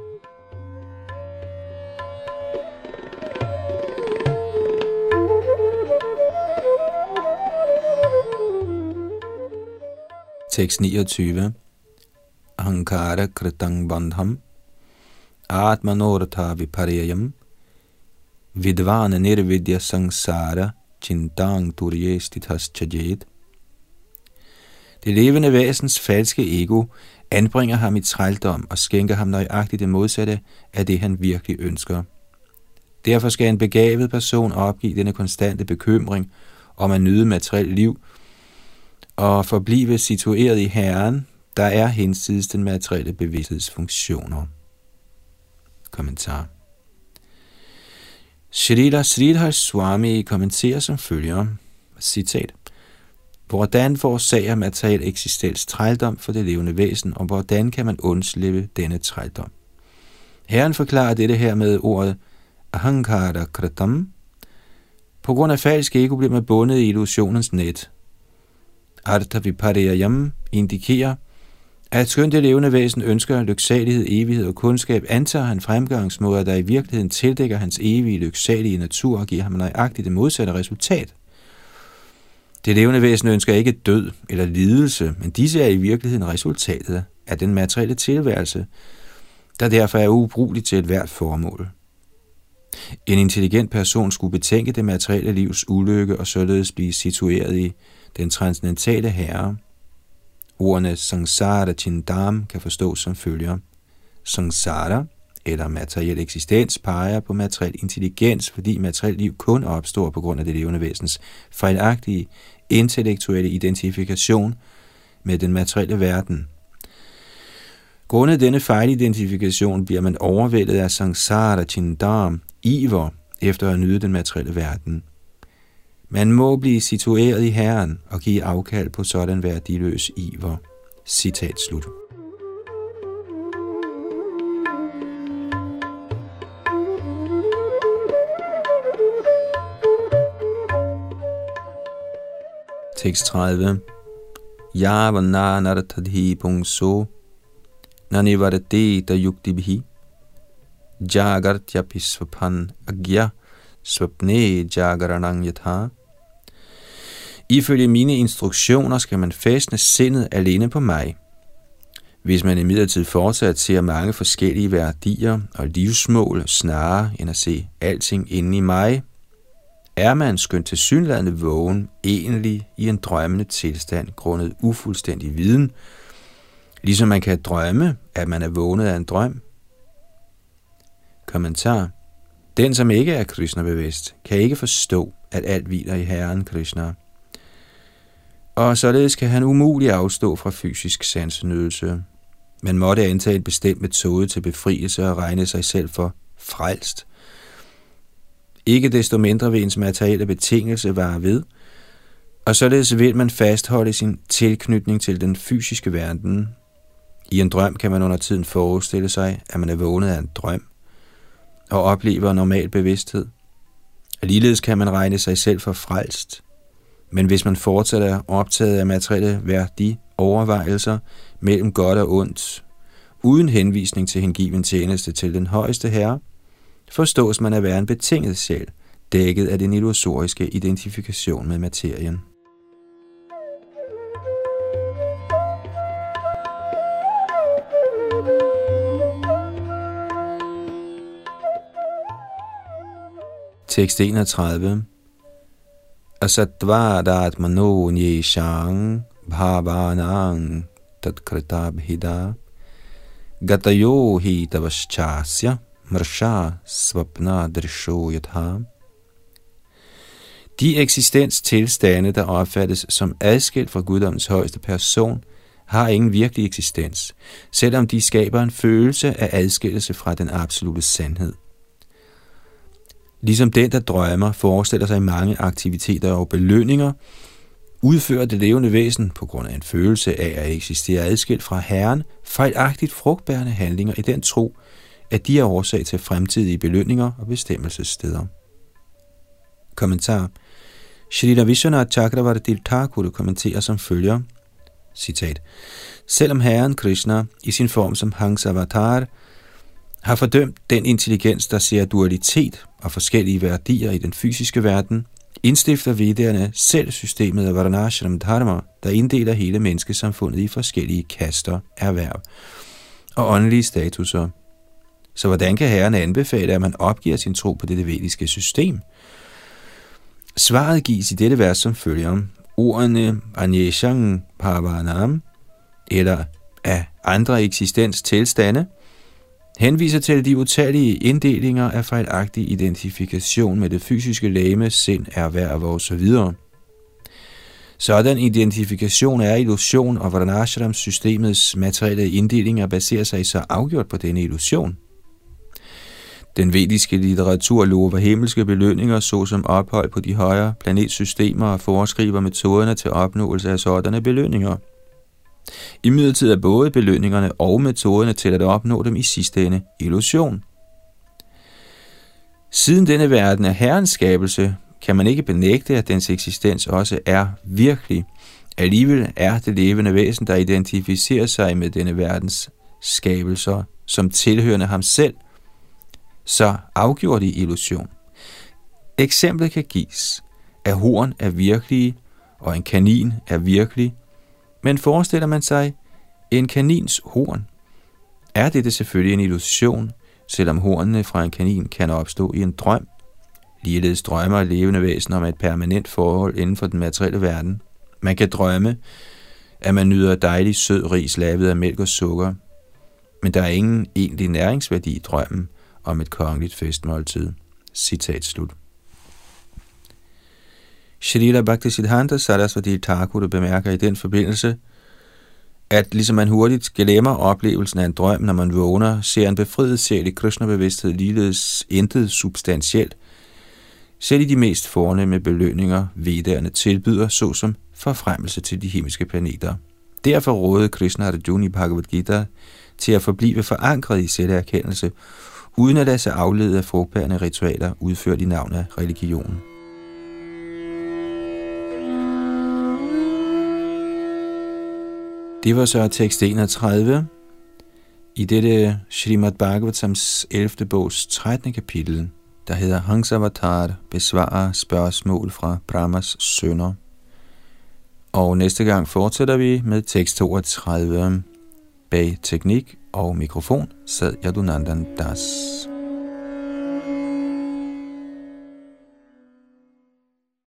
Tekst niogtyve. Ahankara kritang bandham atmanortha vipareyam vidvana nirvidya sangsara chintang turyestithas chajet. Det levende væsens falske ego anbringer ham i trældom og skænker ham nøjagtigt det modsatte af det, han virkelig ønsker. Derfor skal en begavet person opgive denne konstante bekymring om at nyde materielt liv og forblive situeret i Herren, der er hinsides den materielle bevidsthedsfunktioner. Kommentar. Shrila Sridhar Swami kommenterer som følger, citat, hvordan forårsager materiel eksistens trældom for det levende væsen, og hvordan kan man undslippe denne trældom? Herren forklarer dette her med ordet ahankara kratam. På grund af falsk ego bliver man bundet i illusionens net. Artha vipareyam indikerer, at skønt det levende væsen ønsker lyksalighed, evighed og kundskab, antager han fremgangsmåder, der i virkeligheden tildækker hans evige lyksalige natur og giver ham nøjagtigt det modsatte resultat. Det levende væsen ønsker ikke død eller lidelse, men disse er i virkeligheden resultatet af den materielle tilværelse, der derfor er ubrugelig til et hvert formål. En intelligent person skulle betænke det materielle livs ulykke og således blive situeret i den transcendentale herre. Ordene samsara chindam kan forstås som følger. Samsara, eller materiel eksistens, peger på materiel intelligens, fordi materielt liv kun opstår på grund af det levende væsens fejlagtige intellektuelle identifikation med den materielle verden. Grundet denne fejlidentifikation bliver man overvældet af samsara chindam, iver, efter at nyde den materielle verden. Man må blive situeret i Herren og give afkald på sådan værdiløs iver. Citat slut. Tekst tredive. Yavana nartadhi pungso nanivarate da yuktibhi jagartyapi svapan agya svapne jagaranang yatha. Ifølge mine instruktioner skal man fæstne sindet alene på mig. Hvis man imidlertid fortsat ser mange forskellige værdier og livsmål snarere end at se alting inde i mig, er man skønt tilsyneladende vågen egentlig i en drømmende tilstand grundet ufuldstændig viden, ligesom man kan drømme, at man er vågnet af en drøm. Kommentar. Den, som ikke er Krishna-bevidst, kan ikke forstå, at alt hviler i Herren Krishna. Og således kan han umuligt afstå fra fysisk sansenydelse. Man måtte antage en bestemt metode til befrielse og regne sig selv for frelst. Ikke desto mindre vil ens materielle betingelse vare ved, og således vil man fastholde sin tilknytning til den fysiske verden. I en drøm kan man under tiden forestille sig, at man er vågnet af en drøm og oplever normal bevidsthed. Ligeledes kan man regne sig selv for frelst. Men hvis man fortsat er optaget af materielle værdi overvejelser mellem godt og ondt, uden henvisning til hengiven tjeneste til den højeste herre, forstås man at være en betinget sjæl, dækket af den illusoriske identifikation med materien. Tekst enogtredive. Asatvadat mano nyeshang bhavanang tatkritabhida gatayo hi tavaschasya marsha svapna drisho yatha. De eksistenstilstande, der opfattes som adskilt fra guddommens højeste person, har ingen virkelig eksistens, selvom de skaber en følelse af adskillelse fra den absolute sandhed. Ligesom den, der drømmer, forestiller sig mange aktiviteter og belønninger, udfører det levende væsen på grund af en følelse af at eksistere adskilt fra Herren fejlagtigt frugtbærende handlinger i den tro, at de er årsag til fremtidige belønninger og bestemmelsessteder. Kommentar. Shrila Vishwanath Chakravarti Thakur kommenterer som følger, citat, selvom Herren Krishna i sin form som Hansa Avatar har fordømt den intelligens, der ser dualitet og forskellige værdier i den fysiske verden, indstifter Vedderne selv systemet af Varnashram Dharma, der inddeler hele menneskesamfundet i forskellige kaster, erhverv og åndelige statuser. Så hvordan kan Herren anbefale, at man opgiver sin tro på dette vediske system? Svaret gives i dette vers som følger. Ordene Anyeshang Bhavanam, eller af andre eksistenstilstande, henviser til de utallige inddelinger af fejlagtig identifikation med det fysiske legeme, sind, erhverv og så videre. Sådan identifikation er illusion, og Varnashrams-systemets materielle inddelinger baserer sig så afgjort på denne illusion. Den vediske litteratur lover himmelske belønninger, såsom ophold på de højere planetsystemer og foreskriver metoderne til opnåelse af sådanne belønninger. Imidlertid er både belønningerne og metoderne til at opnå dem i sidste ende illusion. Siden denne verden er Herrens skabelse, kan man ikke benægte, at dens eksistens også er virkelig. Alligevel er det levende væsen, der identificerer sig med denne verdens skabelser, som tilhørende ham selv, så afgjort i illusion. Eksemplet kan gives, at horn er virkelige, og en kanin er virkelig, men forestiller man sig en kanins horn, er dette selvfølgelig en illusion, selvom hornene fra en kanin kan opstå i en drøm. Ligeledes drømmer levende væsener om et permanent forhold inden for den materielle verden. Man kan drømme, at man nyder dejlig sød ris lavet af mælk og sukker, men der er ingen egentlig næringsværdi i drømmen om et kongeligt festmåltid. Citat slut. Shrila Bhaktisiddhanta Sarasvati Thakur bemærker i den forbindelse, at ligesom man hurtigt glemmer oplevelsen af en drøm, når man vågner, ser en befriet sjæl i Krishna-bevidsthed ligeledes intet substantielt, selv i de mest fornemme belønninger, Vedderne tilbyder, såsom forfremmelse til de himmelske planeter. Derfor rådede Krishna Arjuna i Bhagavad Gita til at forblive forankret i selverkendelse, uden at lade sig aflede af frugtbærende ritualer udført i navn af religionen. Det var så tekst enogtredive i dette Srimad Bhagavatams ellevte bogs trettende kapitel, der hedder Hansa Avatar besvarer spørgsmål fra Brahmas sønner. Og næste gang fortsætter vi med tekst toogtredive. Bag teknik og mikrofon sad Yadunandan Das.